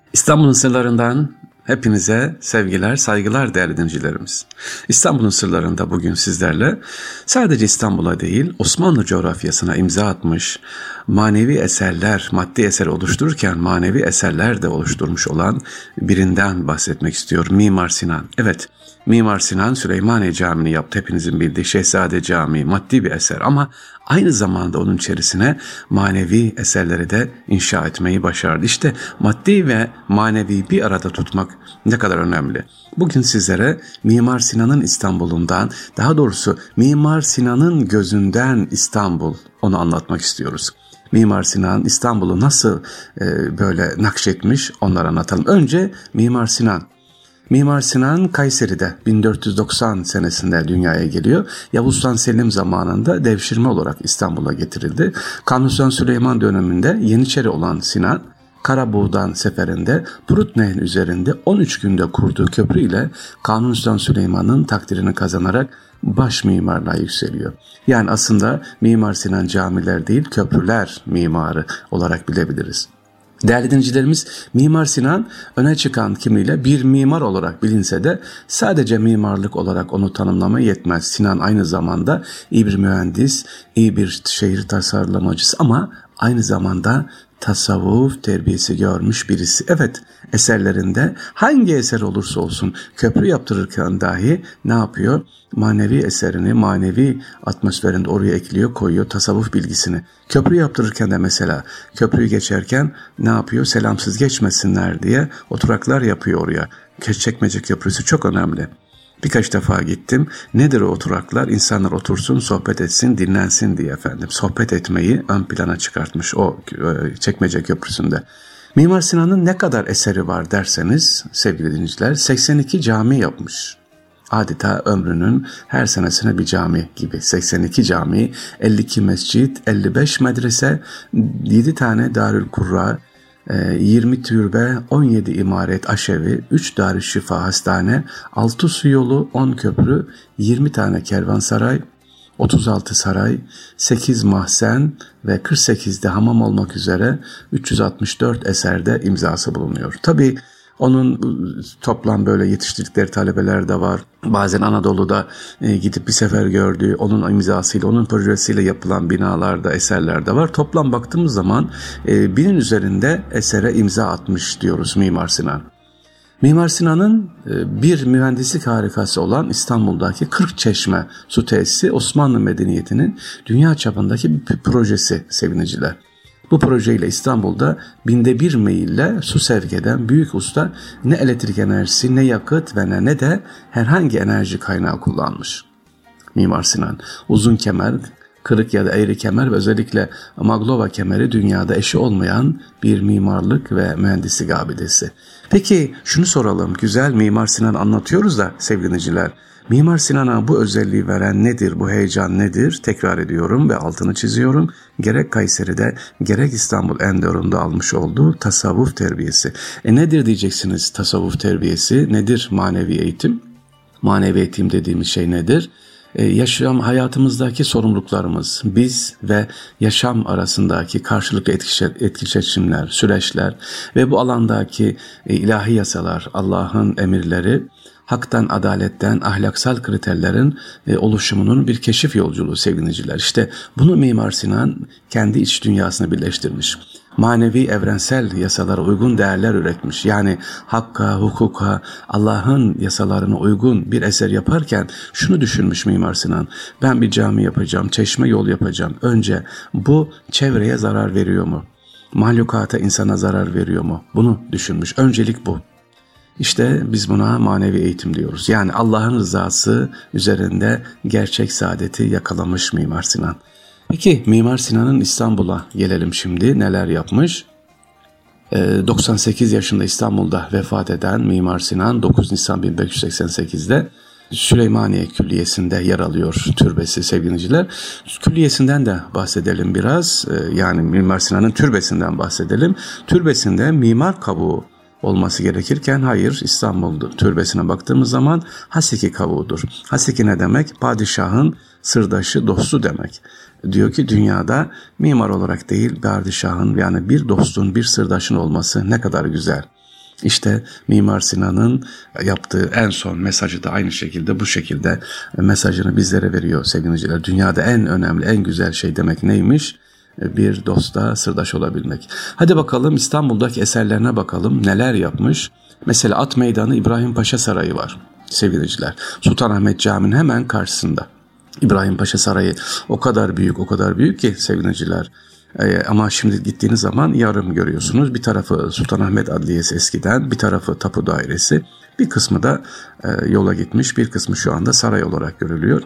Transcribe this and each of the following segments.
İstanbul'un sırlarından hepinize sevgiler, saygılar değerli dinleyicilerimiz. İstanbul'un sırlarında bugün sizlerle sadece İstanbul'a değil Osmanlı coğrafyasına imza atmış, manevi eserler, maddi eser oluştururken manevi eserler de oluşturmuş olan birinden bahsetmek istiyorum. Mimar Sinan. Evet, Mimar Sinan Süleymaniye Camii'ni yaptı. Hepinizin bildiği Şehzade Camii maddi bir eser ama aynı zamanda onun içerisine manevi eserleri de inşa etmeyi başardı. İşte maddi ve manevi bir arada tutmak ne kadar önemli. Bugün sizlere Mimar Sinan'ın İstanbul'undan, daha doğrusu Mimar Sinan'ın gözünden İstanbul, onu anlatmak istiyoruz. Mimar Sinan İstanbul'u nasıl böyle nakşetmiş, onları anlatalım. Önce Mimar Sinan. Mimar Sinan Kayseri'de 1490 senesinde dünyaya geliyor. Yavuz Sultan Selim zamanında devşirme olarak İstanbul'a getirildi. Kanuni Sultan Süleyman döneminde Yeniçeri olan Sinan, Karabuğdan seferinde Prut Nehri üzerinde 13 günde kurduğu köprü ile Kanuni Sultan Süleyman'ın takdirini kazanarak baş mimarlığa yükseliyor. Yani aslında Mimar Sinan camiler değil, köprüler mimarı olarak bilebiliriz. Değerli dinleyicilerimiz, Mimar Sinan öne çıkan kimliğiyle bir mimar olarak bilinse de sadece mimarlık olarak onu tanımlamaya yetmez. Sinan aynı zamanda iyi bir mühendis, iyi bir şehir tasarlamacısı ama aynı zamanda tasavvuf terbiyesi görmüş birisi. Evet, eserlerinde hangi eser olursa olsun köprü yaptırırken dahi ne yapıyor? Manevi eserini, manevi atmosferini oraya ekliyor, koyuyor, tasavvuf bilgisini. Köprü yaptırırken de mesela köprüyü geçerken ne yapıyor? Selamsız geçmesinler diye oturaklar yapıyor oraya. Çekmece Köprüsü çok önemli. Birkaç defa gittim. Nedir o oturaklar? İnsanlar otursun, sohbet etsin, dinlensin diye efendim. Sohbet etmeyi ön plana çıkartmış o Çekmece Köprüsü'nde. Mimar Sinan'ın ne kadar eseri var derseniz sevgili dinleyiciler, 82 cami yapmış. Adeta ömrünün her senesine bir cami gibi. 82 cami, 52 mescit, 55 medrese, 7 tane Darül Kurra, 20 türbe, 17 imaret aşevi, 3 Darüşşifa hastane, 6 su yolu, 10 köprü, 20 tane kervansaray, 36 saray, 8 mahzen ve 48'de hamam olmak üzere 364 eserde imzası bulunuyor. Tabii onun toplam böyle yetiştirdikleri talebeler de var. Bazen Anadolu'da gidip bir sefer gördüğü, onun imzasıyla, onun projesiyle yapılan binalarda, eserler de var. Toplam baktığımız zaman 1000'in üzerinde esere imza atmış diyoruz Mimar Sinan. Mimar Sinan'ın bir mühendislik harikası olan İstanbul'daki Kırkçeşme su tesisi Osmanlı medeniyetinin dünya çapındaki bir projesi sevgiliciler. Bu projeyle İstanbul'da 1/1000 meyille su sevk eden büyük usta ne elektrik enerjisi, ne yakıt ve ne de herhangi enerji kaynağı kullanmış. Mimar Sinan uzun kemer, kırık ya da eğri kemer ve özellikle Maglova kemeri dünyada eşi olmayan bir mimarlık ve mühendislik abidesi. Peki şunu soralım, güzel Mimar Sinan anlatıyoruz da sevgili dinleyiciler, Mimar Sinan'a bu özelliği veren nedir, bu heyecan nedir? Tekrar ediyorum ve altını çiziyorum. Gerek Kayseri'de gerek İstanbul Enderun'da almış olduğu tasavvuf terbiyesi. Nedir diyeceksiniz tasavvuf terbiyesi? Nedir manevi eğitim? Manevi eğitim dediğimiz şey nedir? Yaşam hayatımızdaki sorumluluklarımız, biz ve yaşam arasındaki karşılıklı etkileşimler, süreçler ve bu alandaki ilahi yasalar, Allah'ın emirleri, haktan, adaletten, ahlaksal kriterlerin oluşumunun bir keşif yolculuğu sevgili dinleyiciler. İşte bunu Mimar Sinan kendi iç dünyasına birleştirmiş. Manevi evrensel yasalara uygun değerler üretmiş. Yani hakka, hukuka, Allah'ın yasalarına uygun bir eser yaparken şunu düşünmüş Mimar Sinan. Ben bir cami yapacağım, çeşme yol yapacağım. Önce bu çevreye zarar veriyor mu? Mahlukata, insana zarar veriyor mu? Bunu düşünmüş. Öncelik bu. İşte biz buna manevi eğitim diyoruz. Yani Allah'ın rızası üzerinde gerçek saadeti yakalamış Mimar Sinan. Peki Mimar Sinan'ın İstanbul'a gelelim şimdi. Neler yapmış? 98 yaşında İstanbul'da vefat eden Mimar Sinan 9 Nisan 1588'de Süleymaniye Külliyesi'nde yer alıyor türbesi sevgili dinleyiciler. Külliyesinden de bahsedelim biraz. Yani Mimar Sinan'ın türbesinden bahsedelim. Türbesinde mimar kavuğu olması gerekirken hayır, İstanbul türbesine baktığımız zaman Haseki kavuğudur. Haseki ne demek? Padişahın sırdaşı, dostu demek. Diyor ki dünyada mimar olarak değil, padişahın yani bir dostun, bir sırdaşın olması ne kadar güzel. İşte Mimar Sinan'ın yaptığı en son mesajı da aynı şekilde bu şekilde mesajını bizlere veriyor sevgili dinleyiciler. Dünyada en önemli, en güzel şey demek neymiş? Bir dosta sırdaş olabilmek. Hadi bakalım İstanbul'daki eserlerine bakalım neler yapmış. Mesela At Meydanı İbrahim Paşa Sarayı var sevgili dinleyiciler. Sultanahmet Camii'nin hemen karşısında. İbrahim Paşa Sarayı o kadar büyük ki sevgili dinleyiciler. Ama şimdi gittiğiniz zaman yarım görüyorsunuz. Bir tarafı Sultanahmet Adliyesi eskiden, bir tarafı Tapu Dairesi. Bir kısmı da yola gitmiş, bir kısmı şu anda saray olarak görülüyor.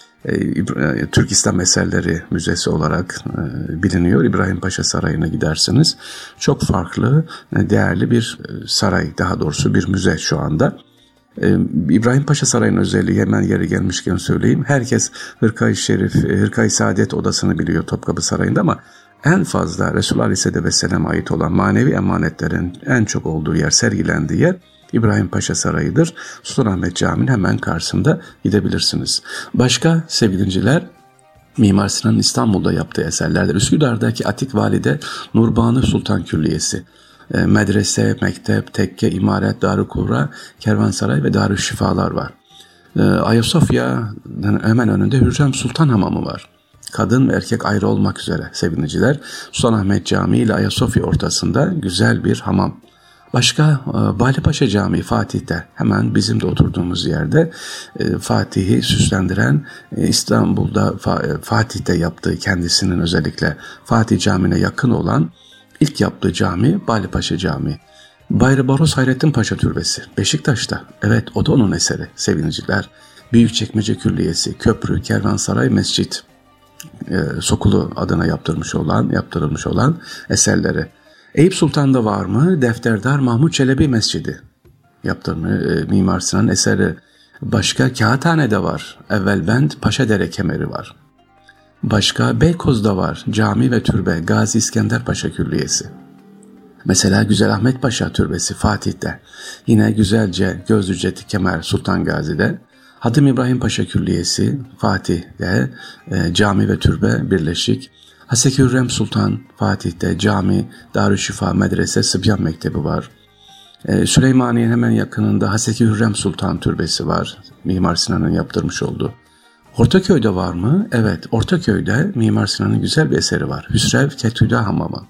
Türk İslam Eserleri Müzesi olarak biliniyor. İbrahim Paşa Sarayı'na gidersiniz. Çok farklı, değerli bir saray, daha doğrusu bir müze şu anda. İbrahim Paşa Sarayı'nın özelliği, hemen yeri gelmişken söyleyeyim. Herkes Hırka-i Şerif, Hırka-i Saadet odasını biliyor Topkapı Sarayı'nda ama en fazla Resulullah Aleyhisselatü Vesselam'a ait olan manevi emanetlerin en çok olduğu yer, sergilendiği yer İbrahim Paşa Sarayı'dır. Sultanahmet Camii'nin hemen karşısında gidebilirsiniz. Başka sevgili dinleyiciler, Mimar Sinan'ın İstanbul'da yaptığı eserlerdir. Üsküdar'daki Atik Valide Nurbanu Sultan Külliyesi. Medrese, mektep, tekke, imaret, Darükubra, kervansaray ve Darüşşifalar var. Ayasofya'nın hemen önünde Hürrem Sultan Hamamı var. Kadın ve erkek ayrı olmak üzere sevgiliciler. Sultanahmet Camii ile Ayasofya ortasında güzel bir hamam. Başka Balipaşa Camii Fatih'te, hemen bizim de oturduğumuz yerde, Fatih'i süslendiren, İstanbul'da Fatih'te yaptığı, kendisinin özellikle Fatih Camii'ne yakın olan İlk yaptığı cami Balipaşa Camii. Bayrabaros Hayrettin Paşa Türbesi Beşiktaş'ta. Evet, o da onun eseri sevgiliciler. Büyükçekmece Külliyesi, köprü, kervansaray, mescit, Sokulu adına yaptırılmış olan eserleri. Eyüp Sultan'da var mı? Defterdar Mahmut Çelebi Mescidi Mimar Sinan'ın eseri. Başka Kağıthane'de var. Evvelbend Paşadere Kemeri var. Başka Beykoz'da var. Cami ve türbe Gazi İskender Paşa Külliyesi. Mesela Güzel Ahmet Paşa Türbesi Fatih'te. Yine güzelce Gözlüceti Kemer Sultan Gazi'de. Hadım İbrahim Paşa Külliyesi Fatih'te, cami ve türbe birleşik. Haseki Hürrem Sultan Fatih'te cami, Darüşşifa, medrese, Sıbyan Mektebi var. Süleymaniye'nin hemen yakınında Haseki Hürrem Sultan Türbesi var. Mimar Sinan'ın yaptırmış olduğu. Ortaköy'de var mı? Evet, Ortaköy'de Mimar Sinan'ın güzel bir eseri var. Hüsrev Ketüda Hamamı.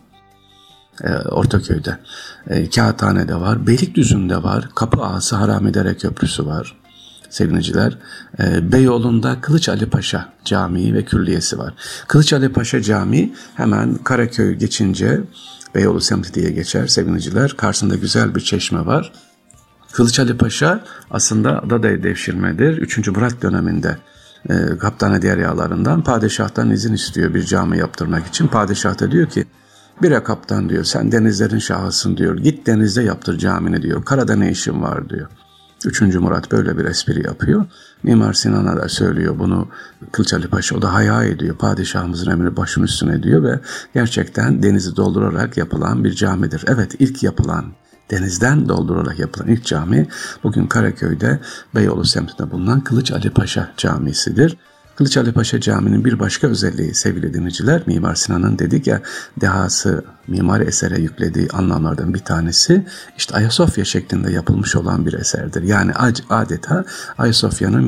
Ortaköy'de. Kağıthane'de var. Beylikdüzü'nde var. Kapı Ağası Haramidere Köprüsü var. Sevgiliciler. Beyoğlu'nda Kılıç Ali Paşa Camii ve Külliyesi var. Kılıç Ali Paşa Camii hemen Karaköy geçince Beyoğlu semti diye geçer sevgiliciler. Karşısında güzel bir çeşme var. Kılıç Ali Paşa aslında ada devşirmedir. 3. Murat döneminde Kaptanı Derya'larından padişahtan izin istiyor bir cami yaptırmak için. Padişah da diyor ki, "Bire kaptan diyor, sen denizlerin şahısın diyor, git denizde yaptır camini diyor, karada ne işin var diyor." 3. Murat böyle bir espri yapıyor. Mimar Sinan'a da söylüyor bunu Kılıç Ali Paşa, o da haya ediyor. Padişahımızın emri başın üstüne diyor ve gerçekten denizi doldurarak yapılan bir camidir. Evet, ilk yapılan, denizden doldurarak yapılan ilk cami bugün Karaköy'de Beyoğlu semtinde bulunan Kılıç Ali Paşa Camisi'dir. Kılıç Ali Paşa Camii'nin bir başka özelliği sevgili dinleyiciler, Mimar Sinan'ın dedik ya dehası, mimari esere yüklediği anlamlardan bir tanesi işte Ayasofya şeklinde yapılmış olan bir eserdir. Yani adeta Ayasofya'nın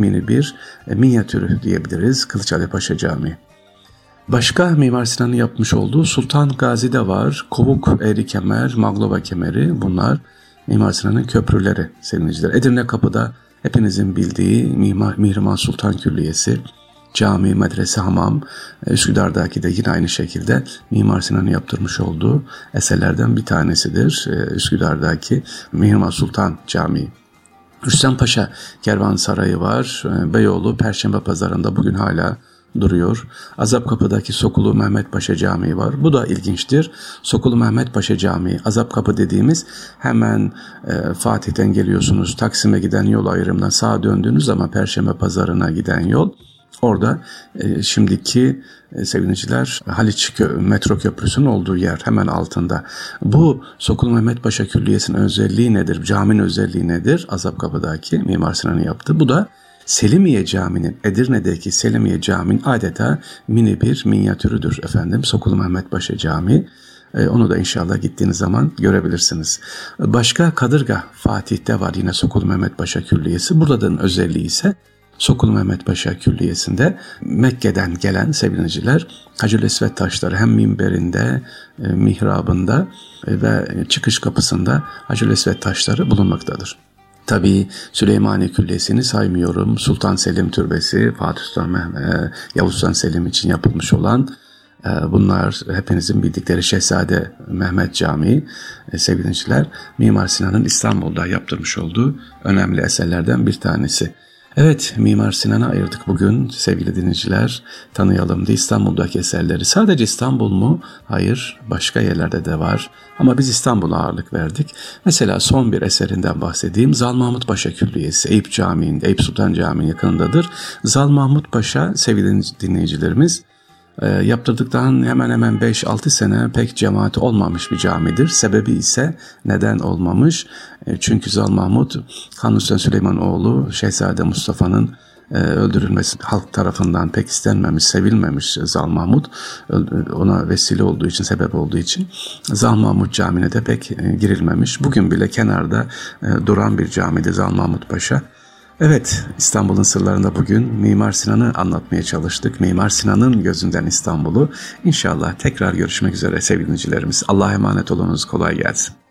minyatürü diyebiliriz Kılıç Ali Paşa Camii. Başka Mimar Sinan'ın yapmış olduğu Sultan Gazi'de var. Kovuk Eğri Kemer, Maglova Kemeri, bunlar Mimar Sinan'ın köprüleri sevgiliciler. Edirne Kapı'da hepinizin bildiği Mihrimah Sultan Külliyesi, cami, medrese, hamam. Üsküdar'daki de yine aynı şekilde Mimar Sinan'ın yaptırmış olduğu eserlerden bir tanesidir. Üsküdar'daki Mihrimah Sultan Camii. Rüstem Paşa Kervansarayı var. Beyoğlu Perşembe Pazarı'nda bugün hala duruyor. Azapkapı'daki Sokulu Mehmet Paşa Camii var. Bu da ilginçtir. Sokulu Mehmet Paşa Camii, Azapkapı dediğimiz hemen Fatih'ten geliyorsunuz. Taksim'e giden yol ayrımından sağa döndüğünüz zaman Perşembe Pazarı'na giden yol. Orada şimdiki sevgiliciler Haliç metro köprüsünün olduğu yer hemen altında. Bu Sokulu Mehmet Paşa Külliyesi'nin özelliği nedir? Caminin özelliği nedir? Azapkapı'daki Mimar Sinan'ın yaptığı. Bu da Selimiye Camii'nin, Edirne'deki Selimiye Camii'nin adeta mini bir minyatürüdür efendim. Sokulu Mehmet Paşa Camii. Onu da inşallah gittiğiniz zaman görebilirsiniz. Başka Kadırga Fatih'te var yine Sokulu Mehmet Paşa Külliyesi. Buradan özelliği ise Sokulu Mehmet Paşa Külliyesi'nde Mekke'den gelen sevgiliciler Hacer Esved taşları hem minberinde, mihrabında ve çıkış kapısında Hacer Esved taşları bulunmaktadır. Tabii Süleymaniye Külliyesi'ni saymıyorum. Sultan Selim Türbesi, Fatih Sultan Mehmet, Yavuz Sultan Selim için yapılmış olan bunlar hepinizin bildikleri Şehzade Mehmet Camii sevgili dinleyiciler Mimar Sinan'ın İstanbul'da yaptırmış olduğu önemli eserlerden bir tanesi. Evet, Mimar Sinan'a ayırdık bugün sevgili dinleyiciler. Tanıyalım diye İstanbul'daki eserleri. Sadece İstanbul mu? Hayır, başka yerlerde de var. Ama biz İstanbul'a ağırlık verdik. Mesela son bir eserinden bahsedeyim. Zal Mahmut Paşa Külliyesi, Eyüp Camii'nde, Eyüp Sultan Camii'nin yakınındadır. Zal Mahmut Paşa sevgili dinleyicilerimiz, yaptırdıktan hemen hemen 5-6 sene pek cemaati olmamış bir camidir. Sebebi ise neden olmamış? Çünkü Zal Mahmut, Kanuni Sultan Süleymanoğlu, Şehzade Mustafa'nın öldürülmesi halk tarafından pek istenmemiş, sevilmemiş Zal Mahmut. Ona vesile olduğu için, sebep olduğu için Zal Mahmut Camii'ne de pek girilmemiş. Bugün bile kenarda duran bir camide Zal Mahmut Paşa. Evet, İstanbul'un sırlarında bugün Mimar Sinan'ı anlatmaya çalıştık. Mimar Sinan'ın gözünden İstanbul'u. İnşallah tekrar görüşmek üzere sevgili dinleyicilerimiz. Allah'a emanet olunuz, kolay gelsin.